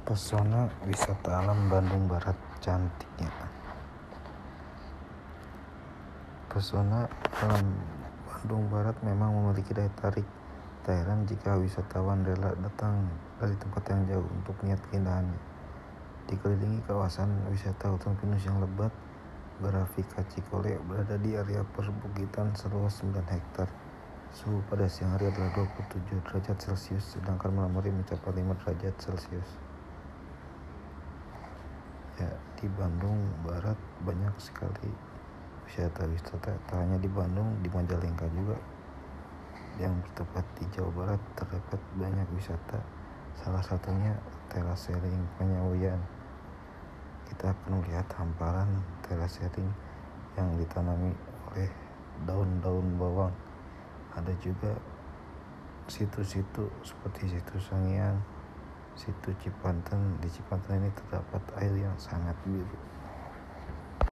Pesona wisata alam Bandung Barat cantiknya. Pesona alam Bandung Barat memang memiliki daya tarik. Tak heran jika wisatawan rela datang dari tempat yang jauh untuk melihat keindahannya. Dikelilingi kawasan wisata hutan pinus yang lebat, Grafika Cikole berada di area perbukitan seluas 9 hektar. Suhu pada siang hari adalah 27 derajat Celcius, sedangkan malam hari mencapai 5 derajat Celcius. Ya, di Bandung Barat banyak sekali wisata. Tak hanya di Bandung, di Majalengka juga yang bertempat di Jawa Barat terdapat banyak wisata. Salah satunya terasering Penyawian. Kita akan melihat hamparan terasering yang ditanami oleh daun-daun bawang. Ada juga situ-situ seperti situ Sangiang, situ Cipanten. Di Cipanten ini terdapat air yang sangat biru.